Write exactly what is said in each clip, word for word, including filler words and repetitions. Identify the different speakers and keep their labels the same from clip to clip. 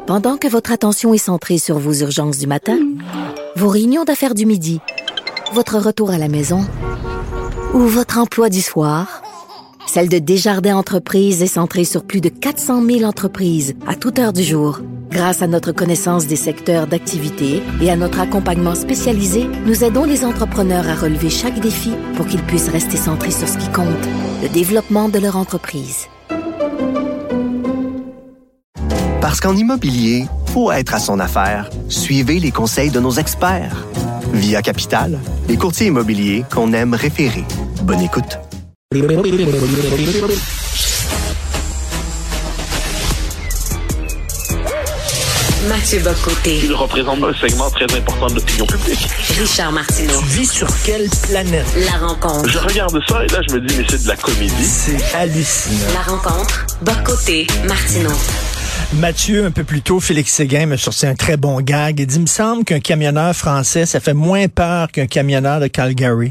Speaker 1: Pendant que votre attention est centrée sur vos urgences du matin, vos réunions d'affaires du midi, votre retour à la maison ou votre emploi du soir, celle de Desjardins Entreprises est centrée sur plus de quatre cent mille entreprises à toute heure du jour. Grâce à notre connaissance des secteurs d'activité et à notre accompagnement spécialisé, nous aidons les entrepreneurs à relever chaque défi pour qu'ils puissent rester centrés sur ce qui compte, le développement de leur entreprise.
Speaker 2: Parce qu'en immobilier, faut être à son affaire. Suivez les conseils de nos experts. Via Capital, les courtiers immobiliers qu'on aime référer. Bonne écoute.
Speaker 3: Mathieu Bock-Côté.
Speaker 4: Il représente un segment très important de l'opinion publique.
Speaker 3: Richard Martineau.
Speaker 5: Tu vis sur quelle planète?
Speaker 3: La rencontre.
Speaker 4: Je regarde ça et là, je me dis, mais c'est de la comédie.
Speaker 5: C'est hallucinant.
Speaker 3: La rencontre. Bock-Côté. Martineau.
Speaker 5: Mathieu, un peu plus tôt, Félix Séguin m'a sorti un très bon gag. Il dit, il me semble qu'un camionneur français, ça fait moins peur qu'un camionneur de Calgary.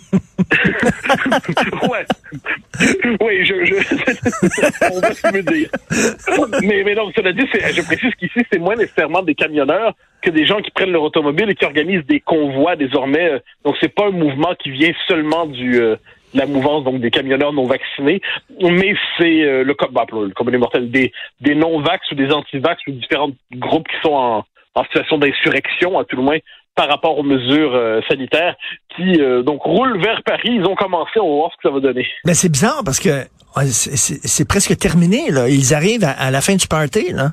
Speaker 4: Ouais. Oui, je, je... on va se me dire. Mais, mais donc, cela dit, c'est, je précise qu'ici, c'est moins nécessairement des camionneurs que des gens qui prennent leur automobile et qui organisent des convois désormais. Donc, c'est pas un mouvement qui vient seulement du... Euh, la mouvance donc des camionneurs non vaccinés, mais c'est euh, le, bah, le commun des mortels, des, des non-vax ou des anti-vax ou différents groupes qui sont en, en situation d'insurrection, à tout le moins, par rapport aux mesures euh, sanitaires, qui euh, donc roulent vers Paris. Ils ont commencé, on va voir ce que ça va donner.
Speaker 5: Mais c'est bizarre parce que c'est, c'est, c'est presque terminé, là. Ils arrivent à, à la fin du party, là.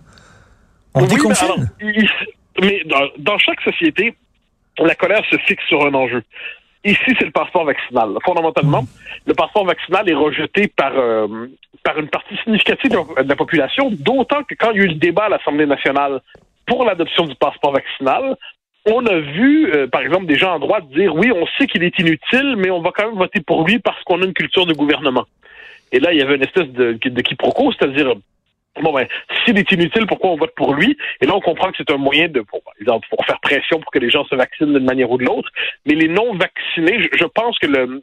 Speaker 5: On
Speaker 4: oui,
Speaker 5: déconfine.
Speaker 4: Mais, alors, il, mais dans, dans chaque société, la colère se fixe sur un enjeu. Ici, c'est le passeport vaccinal. Fondamentalement, mmh. le passeport vaccinal est rejeté par euh, par une partie significative de la population, d'autant que quand il y a eu le débat à l'Assemblée nationale pour l'adoption du passeport vaccinal, on a vu, euh, par exemple, des gens à droite dire « Oui, on sait qu'il est inutile, mais on va quand même voter pour lui parce qu'on a une culture de gouvernement. » Et là, il y avait une espèce de, de quiproquo, c'est-à-dire... Bon ben, s'il est inutile, pourquoi on vote pour lui? Et là, on comprend que c'est un moyen de, pour, par exemple, pour faire pression pour que les gens se vaccinent d'une manière ou de l'autre. Mais les non-vaccinés, je, je pense que le,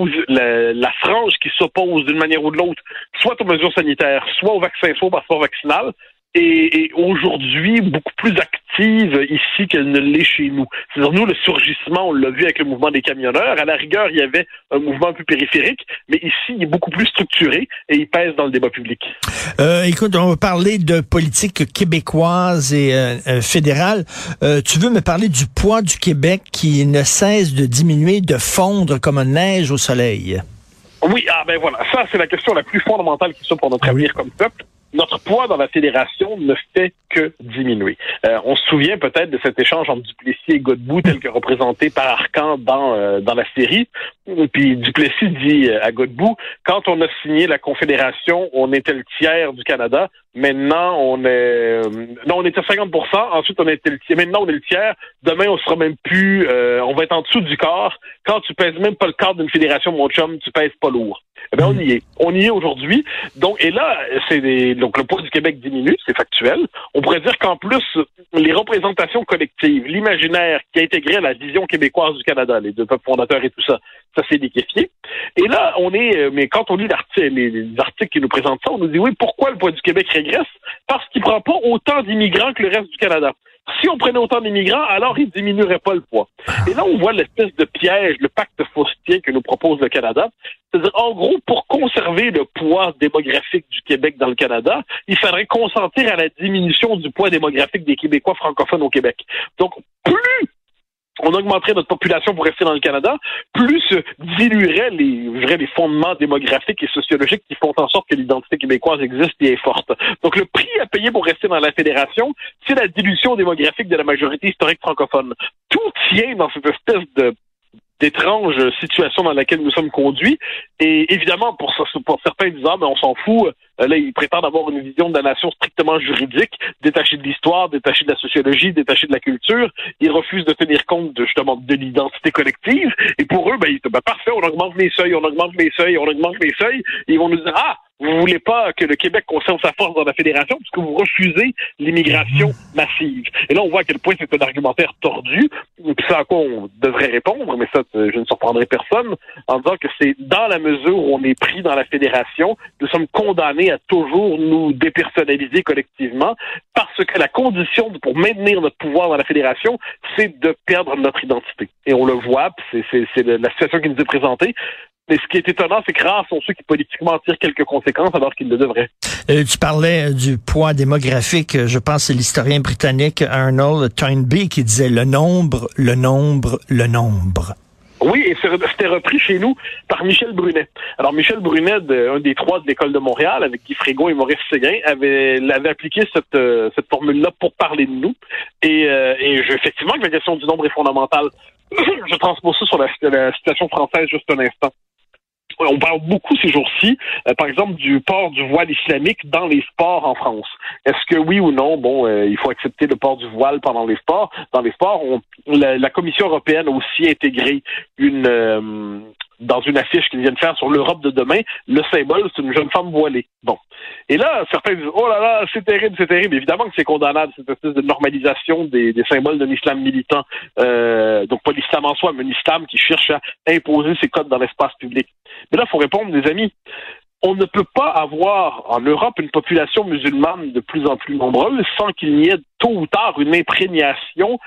Speaker 4: la, la frange qui s'oppose d'une manière ou de l'autre, soit aux mesures sanitaires, soit au vaccin, soit au passeport vaccinal, est, est aujourd'hui beaucoup plus active ici qu'elle ne l'est chez nous. C'est-à-dire, nous, le surgissement, on l'a vu avec le mouvement des camionneurs. À la rigueur, il y avait un mouvement un peu périphérique, mais ici, il est beaucoup plus structuré et il pèse dans le débat public.
Speaker 5: Euh, écoute, on va parler de politique québécoise et euh, euh, fédérale. Euh, tu veux me parler du poids du Québec qui ne cesse de diminuer, de fondre comme une neige au soleil?
Speaker 4: Oui, ah ben voilà, ça, c'est la question la plus fondamentale qui soit pour notre avenir comme peuple. Notre poids dans la fédération ne fait que diminuer. Euh, on se souvient peut-être de cet échange entre Duplessis et Godbout tel que représenté par Arcan dans euh, dans la série. Puis Duplessis dit à Godbout, quand on a signé la Confédération, on était le tiers du Canada. Maintenant, on est euh, non, on était cinquante pour cent. Ensuite, on était le tiers. Maintenant, on est le tiers. Demain, on sera même plus. Euh, on va être en dessous du quart. Quand tu pèses même pas le quart d'une fédération, mon chum, tu pèses pas lourd. Eh bien, on y est. On y est aujourd'hui. Donc, et là, c'est des, donc le poids du Québec diminue, c'est factuel. On pourrait dire qu'en plus, les représentations collectives, l'imaginaire qui a intégré la vision québécoise du Canada, les deux peuples fondateurs et tout ça, ça s'est liquéfié. Et là, on est, mais quand on lit l'article, les, les articles qui nous présentent ça, on nous dit oui, pourquoi le poids du Québec régresse? Parce qu'il prend pas autant d'immigrants que le reste du Canada. Si on prenait autant d'immigrants, alors il diminuerait pas le poids. Et là, on voit l'espèce de piège, le pacte faustien que nous propose le Canada. C'est-à-dire, en gros, pour conserver le poids démographique du Québec dans le Canada, il faudrait consentir à la diminution du poids démographique des Québécois francophones au Québec. Donc, plus on augmenterait notre population pour rester dans le Canada, plus se dilueraient les, je dirais, les fondements démographiques et sociologiques qui font en sorte que l'identité québécoise existe et est forte. Donc, le prix à payer pour rester dans la fédération, c'est la dilution démographique de la majorité historique francophone. Tout tient dans cette espèce de d'étrange situation dans laquelle nous sommes conduits. Et évidemment, pour, pour certains disant, ah, mais on s'en fout, là, ils prétendent avoir une vision de la nation strictement juridique, détachée de l'histoire, détachée de la sociologie, détachée de la culture. Ils refusent de tenir compte de, justement de l'identité collective. Et pour eux, ben, ils, ben parfait, on augmente les seuils, on augmente les seuils, on augmente les seuils. Et ils vont nous dire, ah, Vous voulez pas que le Québec conserve sa force dans la fédération puisque vous refusez l'immigration massive. Et là, on voit à quel point c'est un argumentaire tordu. Et puis ça à quoi on devrait répondre, mais ça, je ne surprendrai personne, en disant que c'est dans la mesure où on est pris dans la fédération, nous sommes condamnés à toujours nous dépersonnaliser collectivement parce que la condition pour maintenir notre pouvoir dans la fédération, c'est de perdre notre identité. Et on le voit, c'est, c'est, c'est la situation qui nous est présentée. Mais ce qui est étonnant, c'est que rares sont ceux qui politiquement tirent quelques conséquences alors qu'ils le devraient.
Speaker 5: Euh, tu parlais du poids démographique. Je pense que c'est l'historien britannique Arnold Toynbee qui disait le nombre, le nombre, le nombre.
Speaker 4: Oui, et c'était repris chez nous par Michel Brunet. Alors, Michel Brunet, de, un des trois de l'École de Montréal, avec Guy Frégon et Maurice Séguin, avait, avait appliqué cette, euh, cette formule-là pour parler de nous. Et, euh, et je, effectivement, que la question du nombre est fondamentale. Je transpose ça sur la, la situation française juste un instant. On parle beaucoup ces jours-ci, euh, par exemple, du port du voile islamique dans les sports en France. Est-ce que oui ou non, bon, euh, il faut accepter le port du voile pendant les sports? Dans les sports, on, la, la Commission européenne a aussi intégré une euh, dans une affiche qu'ils viennent faire sur l'Europe de demain, le symbole, c'est une jeune femme voilée. Bon. Et là, certains disent, oh là là, c'est terrible, c'est terrible. Évidemment que c'est condamnable, cette espèce de normalisation des, des symboles d'un islam militant. Euh, donc pas l'islam en soi, mais un islam qui cherche à imposer ses codes dans l'espace public. Mais là, il faut répondre, les amis. On ne peut pas avoir en Europe une population musulmane de plus en plus nombreuse sans qu'il n'y ait tôt ou tard une imprégnation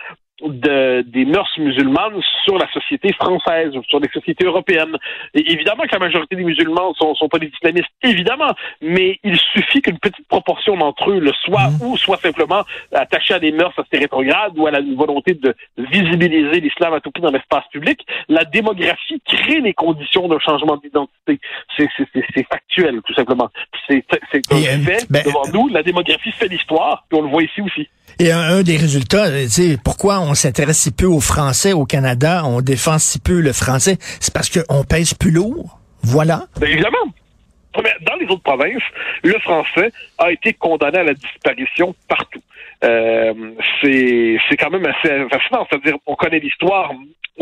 Speaker 4: de, des mœurs musulmanes sur la société française, sur les sociétés européennes. Et évidemment que la majorité des musulmans sont, sont pas des islamistes, évidemment, mais il suffit qu'une petite proportion d'entre eux le soit, mmh. ou soit simplement attachés à des mœurs assez rétrogrades ou à la volonté de visibiliser l'islam à tout prix dans l'espace public. La démographie crée les conditions d'un changement d'identité. C'est, c'est, c'est, c'est factuel, tout simplement. C'est, c'est un
Speaker 5: Et,
Speaker 4: fait
Speaker 5: ben,
Speaker 4: devant nous. La démographie fait l'histoire, puis on le voit ici aussi.
Speaker 5: Et un, un des résultats, tu sais, pourquoi on s'intéresse si peu aux Français au Canada, on défend si peu le français, c'est parce qu'on pèse plus lourd. Voilà.
Speaker 4: Ben évidemment. Mais dans les autres provinces, le français a été condamné à la disparition partout. Euh, c'est, c'est quand même assez fascinant. C'est-à-dire, on connaît l'histoire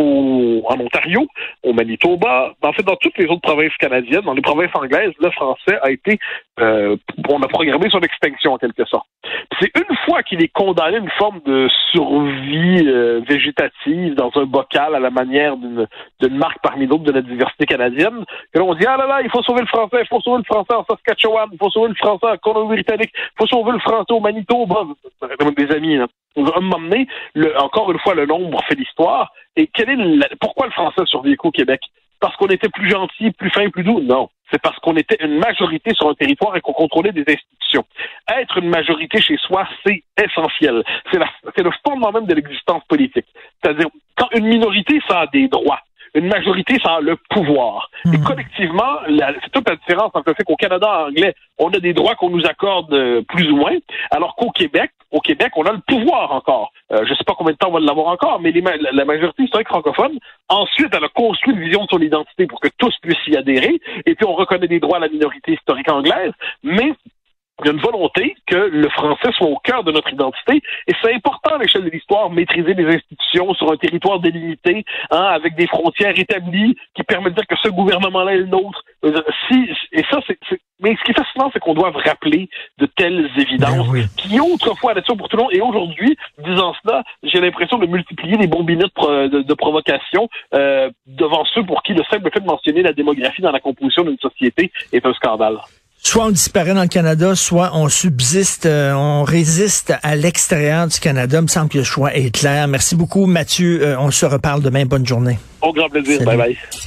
Speaker 4: au, en Ontario, au Manitoba, en fait, dans toutes les autres provinces canadiennes, dans les provinces anglaises, le français a été, euh, on a programmé son extinction en quelque sorte. C'est une fois qu'il est condamné à une forme de survie euh, végétative dans un bocal à la manière d'une, d'une marque parmi d'autres de la diversité canadienne, que là on dit ah là là, il faut sauver le français, il faut sauver le français en Saskatchewan, il faut sauver le français en Colombie-Britannique, il faut sauver le français au Manitoba. Des amis, là. À un moment donné, le, encore une fois, le nombre fait l'histoire. Et quel est le, pourquoi le français a survécu au Québec? Parce qu'on était plus gentil, plus fin, plus doux? Non. C'est parce qu'on était une majorité sur un territoire et qu'on contrôlait des institutions. Être une majorité chez soi, c'est essentiel. C'est, la, c'est le fondement même de l'existence politique. C'est-à-dire, quand une minorité, ça a des droits. Une majorité, ça a le pouvoir. Mmh. Et collectivement, la, c'est toute la différence entre le fait qu'au Canada anglais, on a des droits qu'on nous accorde euh, plus ou moins, alors qu'au Québec, au Québec, on a le pouvoir encore. Euh, je ne sais pas combien de temps on va l'avoir encore, mais les, la, la majorité historique francophone, ensuite, elle a construit une vision de son identité pour que tous puissent y adhérer, et puis on reconnaît des droits à la minorité historique anglaise, mais il y a une volonté que le français soit au cœur de notre identité, et c'est important à l'échelle de l'histoire, maîtriser les institutions sur un territoire délimité, hein, avec des frontières établies qui permettent de dire que ce gouvernement-là est le nôtre. Si, et ça, c'est, c'est, mais ce qui est fascinant, c'est qu'on doit rappeler de telles évidences, ben oui. qui autrefois allaient pour tout le monde, et aujourd'hui, disant cela, j'ai l'impression de multiplier des bombinettes de, de, de provocation euh, devant ceux pour qui le simple fait de mentionner la démographie dans la composition d'une société est un scandale.
Speaker 5: Soit on disparaît dans le Canada, soit on subsiste, euh, on résiste à l'extérieur du Canada. Il me semble que le choix est clair. Merci beaucoup, Mathieu. Euh, on se reparle demain. Bonne journée.
Speaker 4: Au grand plaisir.
Speaker 5: Salut.
Speaker 4: Bye bye.